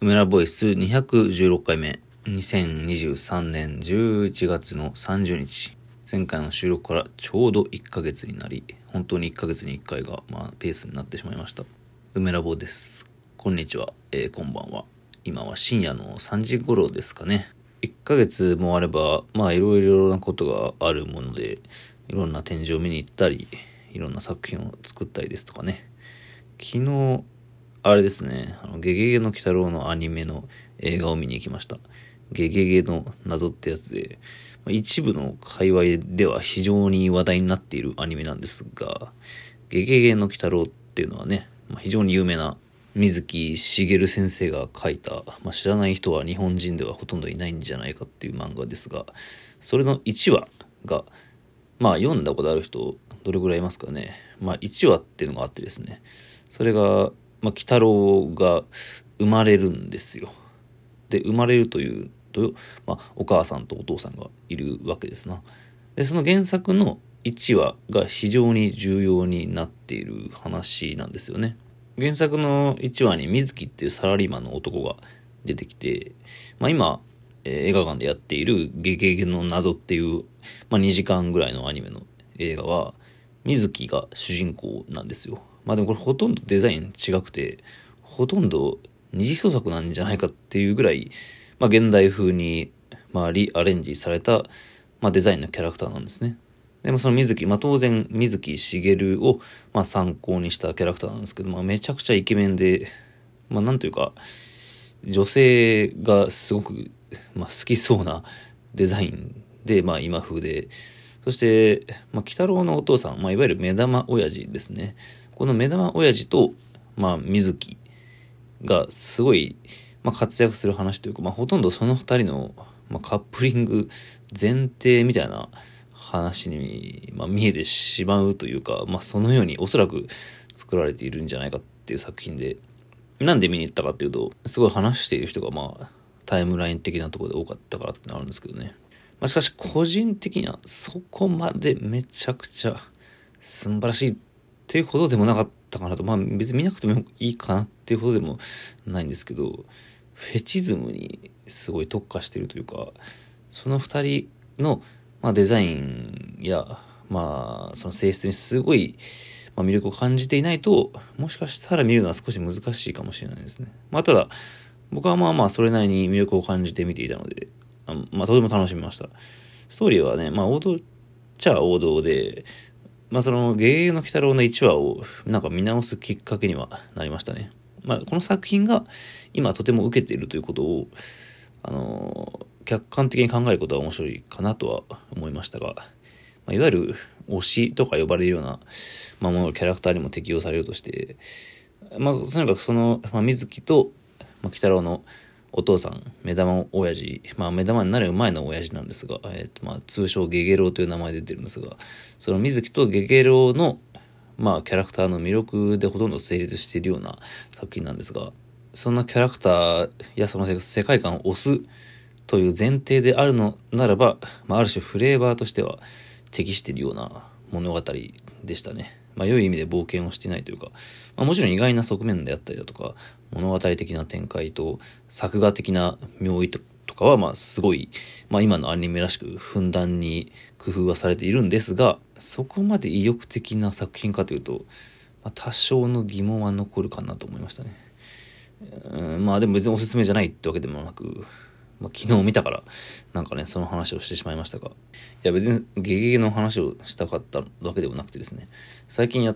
梅田ボイス216回目、2023年11月の30日。前回の収録からちょうど1ヶ月になり、本当に1ヶ月に1回が、ペースになってしまいました。梅田ボです。こんにちは、こんばんは。今は深夜の3時頃ですかね。1ヶ月もあれば、いろいろなことがあるもので、いろんな展示を見に行ったり、いろんな作品を作ったりですとかね。昨日、あれですね、ゲゲゲの鬼太郎のアニメの映画を見に行きました。ゲゲゲの謎ってやつで、一部の界隈では非常に話題になっているアニメなんですが、ゲゲゲの鬼太郎っていうのはね、非常に有名な水木しげる先生が書いた、知らない人は日本人ではほとんどいないんじゃないかっていう漫画ですが、それの1話が、読んだことある人どれぐらいいますかね。1話っていうのがあってですね、それが鬼太郎が生まれるんですよ。で、生まれるというと、お母さんとお父さんがいるわけですな。で、その原作の1話が非常に重要になっている話なんですよね。原作の1話に水木っていうサラリーマンの男が出てきて、今、映画館でやっているゲゲゲの謎っていう、2時間ぐらいのアニメの映画は、水木が主人公なんですよ。でもこれほとんどデザイン違くて、ほとんど二次創作なんじゃないかっていうぐらい、現代風に、リアレンジされた、デザインのキャラクターなんですね。でもその水木、当然水木しげるを、参考にしたキャラクターなんですけど、めちゃくちゃイケメンで、なんというか、女性がすごく、好きそうなデザインで、今風で、そして、鬼太郎のお父さん、いわゆる目玉親父ですね。この目玉親父と、水木がすごい、活躍する話というか、ほとんどその二人の、カップリング前提みたいな話に、見えてしまうというか、そのようにおそらく作られているんじゃないかっていう作品で、なんで見に行ったかっていうと、すごい話している人がタイムライン的なところで多かったからってなるんですけどね。しかし個人的にはそこまでめちゃくちゃ素晴らしいっていうほどでもなかったかなと。別に見なくてもいいかなっていうほどでもないんですけど、フェチズムにすごい特化しているというか、その二人の、デザインや、その性質にすごい、魅力を感じていないと、もしかしたら見るのは少し難しいかもしれないですね。ただ、僕はそれなりに魅力を感じて見ていたので、とても楽しみました。ストーリーはね、王道っちゃ王道で、そのゲゲゲの鬼太郎の1話を見直すきっかけにはなりましたね。この作品が今とても受けているということを、客観的に考えることは面白いかなとは思いましたが、いわゆる推しとか呼ばれるような、ものキャラクターにも適用されるとして、とにかくその、水木と、鬼太郎のお父さん、目玉親父、目玉になる前の親父なんですが、通称ゲゲロウという名前で出てるんですが、その水木とゲゲロウの、キャラクターの魅力でほとんど成立しているような作品なんですが、そんなキャラクターやその世界観を推すという前提であるのならば、ある種フレーバーとしては適しているような物語でしたね。良い意味で冒険をしていないというか、もちろん意外な側面であったりだとか、物語的な展開と作画的な妙意とかはすごい、今のアニメらしくふんだんに工夫はされているんですが、そこまで意欲的な作品かというと、多少の疑問は残るかなと思いましたね。でも別におすすめじゃないってわけでもなく、昨日見たからその話をしてしまいましたが、いや別にゲゲゲの話をしたかったわけでもなくてですね、最近やった、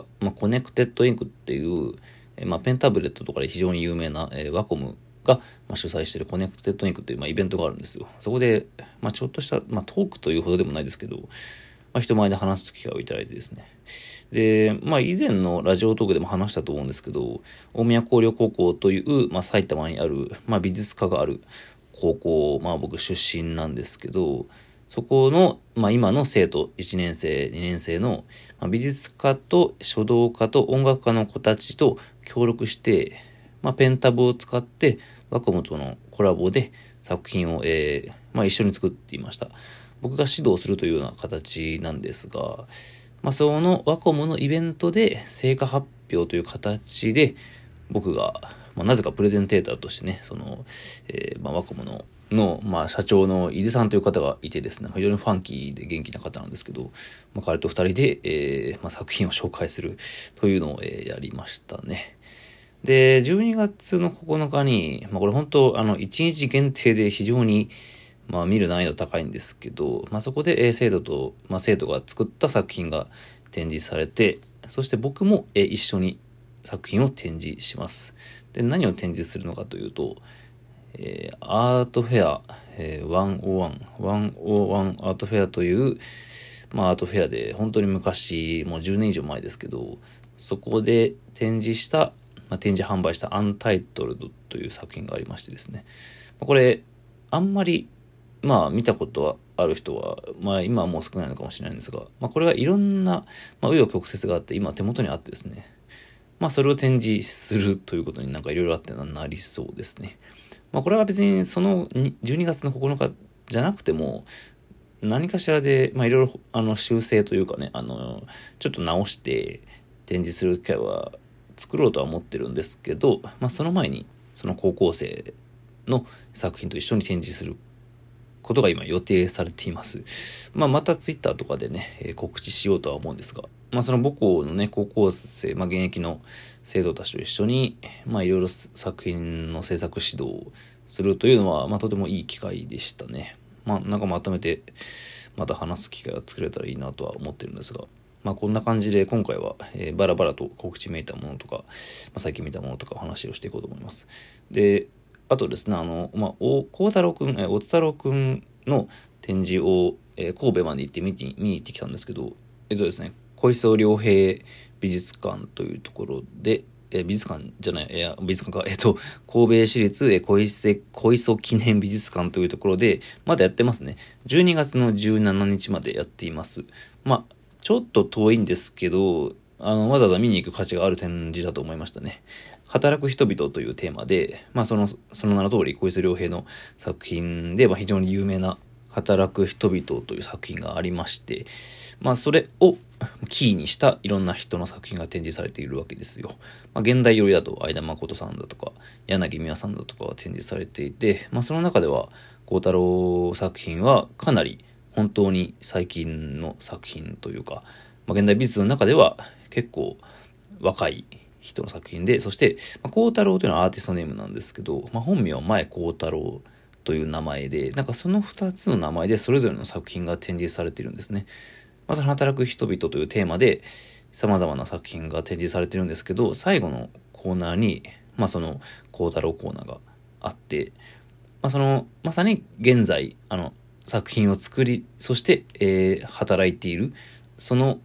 コネクテッドインクっていう、ペンタブレットとかで非常に有名な、ワコムが、主催しているコネクテッドインクっていう、イベントがあるんですよ。そこで、ちょっとした、トークというほどでもないですけど、人前で話す機会をいただいてですね。で、以前のラジオトークでも話したと思うんですけど、大宮光陵高校という、埼玉にある、美術科がある高校、僕出身なんですけど、そこの、今の生徒、1年生、2年生の、美術科と書道科と音楽科の子たちと協力して、ペンタブを使って、ワコムとのコラボで作品を、一緒に作っていました。僕が指導するというような形なんですが、そのワコムのイベントで成果発表という形で僕が、 なぜかプレゼンテーターとしてね、ワコモの社長の井出さんという方がいてですね、非常にファンキーで元気な方なんですけど、彼と二人で、作品を紹介するというのを、やりましたね。で、12月の9日に、これ本当、1日限定で非常に、見る難易度高いんですけど、そこで、生徒が作った作品が展示されて、そして僕も、一緒に作品を展示します。で、何を展示するのかというと、アートフェア、101アートフェアという、アートフェアで本当に昔、もう10年以上前ですけど、そこで展示販売したアンタイトルドという作品がありましてですね。これ、あんまり、見たことはある人は、今はもう少ないのかもしれないんですが、これはいろんな、紆余曲折があって、今手元にあってですね。それを展示するということにいろいろあってなりそうですね。これは別にその12月の9日じゃなくても、何かしらで、いろいろ修正というかね、ちょっと直して展示する機会は作ろうとは思ってるんですけど、その前にその高校生の作品と一緒に展示することが今予定されています。またツイッターとかでね、告知しようとは思うんですが、その母校のね、高校生、現役の生徒たちと一緒に、いろいろ作品の制作指導をするというのは、とてもいい機会でしたね。まとめて、また話す機会が作れたらいいなとは思ってるんですが、こんな感じで今回は、バラバラと告知めいたものとか、最近見たものとかお話をしていこうと思います。で、あとですね、大津太郎くんの展示を、神戸まで行って見に行ってきたんですけど、ですね、小磯良平美術館というところで、美術館じゃない、美術館か、神戸市立小磯記念美術館というところで、まだやってますね。12月の17日までやっています。ちょっと遠いんですけど、わざわざ見に行く価値がある展示だと思いましたね。働く人々というテーマで、その名の通り小磯良平の作品で、非常に有名な働く人々という作品がありまして、それをキーにしたいろんな人の作品が展示されているわけですよ。現代寄りだと相田誠さんだとか柳美和さんだとかは展示されていて、その中では幸太郎作品はかなり本当に最近の作品というか、現代美術の中では結構若い人の作品で、そして幸太郎というのはアーティストネームなんですけど、本名は前幸太郎という名前で、その2つの名前でそれぞれの作品が展示されているんですね。その働く人々というテーマで様々な作品が展示されているんですけど、最後のコーナーに、その幸太郎コーナーがあって、そのまさに現在作品を作り、そして、働いているその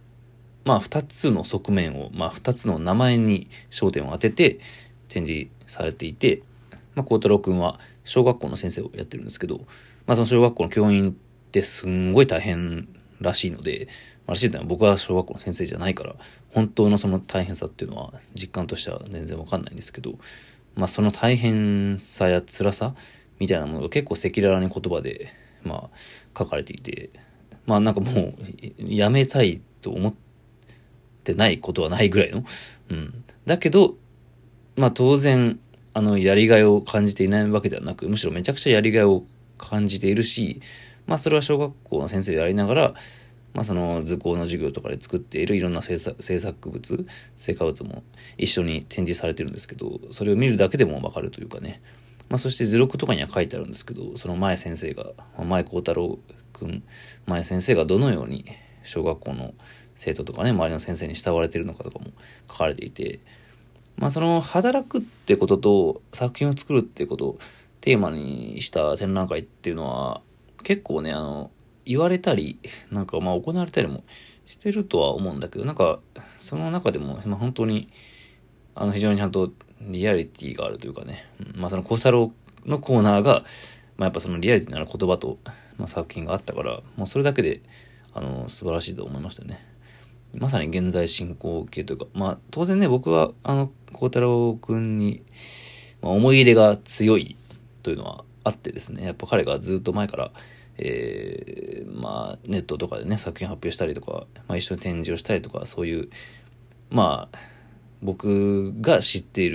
2つの側面を、2つの名前に焦点を当てて展示されていて、幸太郎くんは小学校の先生をやってるんですけど、その小学校の教員ってすんごい大変らしいので、らしいというのは僕は小学校の先生じゃないから、本当のその大変さっていうのは実感としては全然わかんないんですけど、その大変さや辛さみたいなものが結構赤裸々に言葉で、書かれていて、もうやめたいと思ってないことはないぐらいの、だけど当然やりがいを感じていないわけではなく、むしろめちゃくちゃやりがいを感じているし、それは小学校の先生をやりながら、その図工の授業とかで作っているいろんな成果物も一緒に展示されてるんですけど、それを見るだけでもわかるというかね。そして図録とかには書いてあるんですけど、その前幸太郎くん、前先生がどのように小学校の生徒とかね、周りの先生に慕われているのかとかも書かれていて、その働くってことと作品を作るってことをテーマにした展覧会っていうのは結構ね、言われたり行われたりもしてるとは思うんだけど、その中でも、本当に非常にちゃんとリアリティがあるというかね、その幸太郎のコーナーが、やっぱそのリアリティのある言葉と、作品があったから、それだけで素晴らしいと思いましたね。まさに現在進行形というか、当然ね、僕は幸太郎くんに、思い入れが強いというのはあってですね、やっぱ彼がずっと前から、ネットとかでね、作品発表したりとか、一緒に展示をしたりとか、そういう、僕が知っている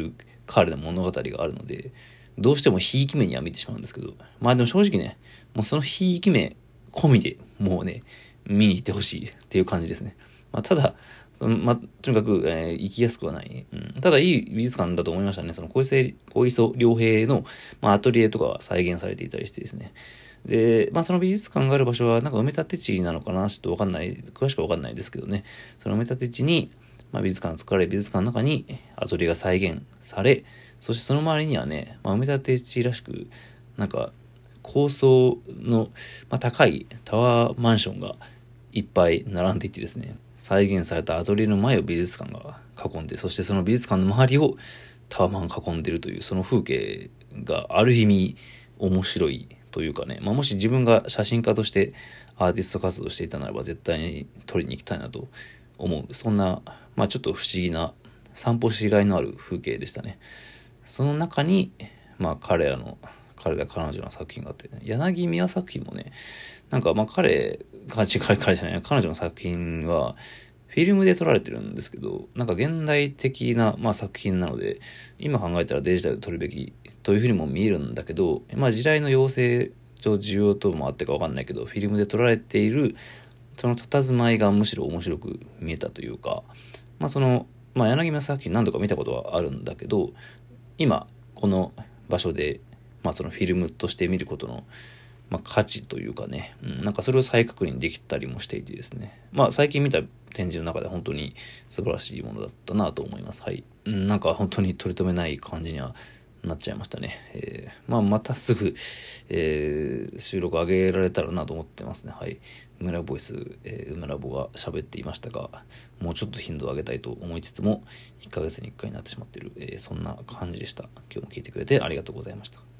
彼の物語があるので、どうしてもひいき目には見てしまうんですけど、まあでも正直ね、もうそのひいき目込みでもうね、見に行ってほしいっていう感じですね。まあただ、とにかく、行きやすくはない、ただいい美術館だと思いましたね。その小磯良平の、アトリエとかは再現されていたりしてですね。で、その美術館がある場所はなんか埋め立て地なのかな、ちょっとわかんない、詳しくわかんないですけどね。その埋め立て地に、美術館が作られ、美術館の中にアトリエが再現され、そしてその周りにはね、埋め立て地らしく、なんか高層の、高いタワーマンションがいっぱい並んでいてですね、再現されたアトリエの前を美術館が囲んで、そしてその美術館の周りをタワマンが囲んでいるという、その風景がある意味面白いというかね、もし自分が写真家としてアーティスト活動していたならば絶対に撮りに行きたいなと思う。そんな、ちょっと不思議な散歩しがいのある風景でしたね。その中に、彼ら彼女の作品があって、ね、柳宮作品もね、なんか彼じゃない、彼女の作品はフィルムで撮られてるんですけど、なんか現代的な、作品なので、今考えたらデジタルで撮るべきというふうにも見えるんだけど、時代の要請上需要ともあってかわかんないけど、フィルムで撮られているその佇まいがむしろ面白く見えたというか、柳宮作品何度か見たことはあるんだけど、今この場所で、そのフィルムとして見ることの、価値というかね、なんかそれを再確認できたりもしていてですね、最近見た展示の中で本当に素晴らしいものだったなと思います。はい、なんか本当に取り留めない感じにはなっちゃいましたね。またすぐ、収録上げられたらなと思ってますね。はい。梅ラボイス、梅ラボが喋っていましたが、もうちょっと頻度を上げたいと思いつつも、1ヶ月に1回になってしまっている、そんな感じでした。今日も聞いてくれてありがとうございました。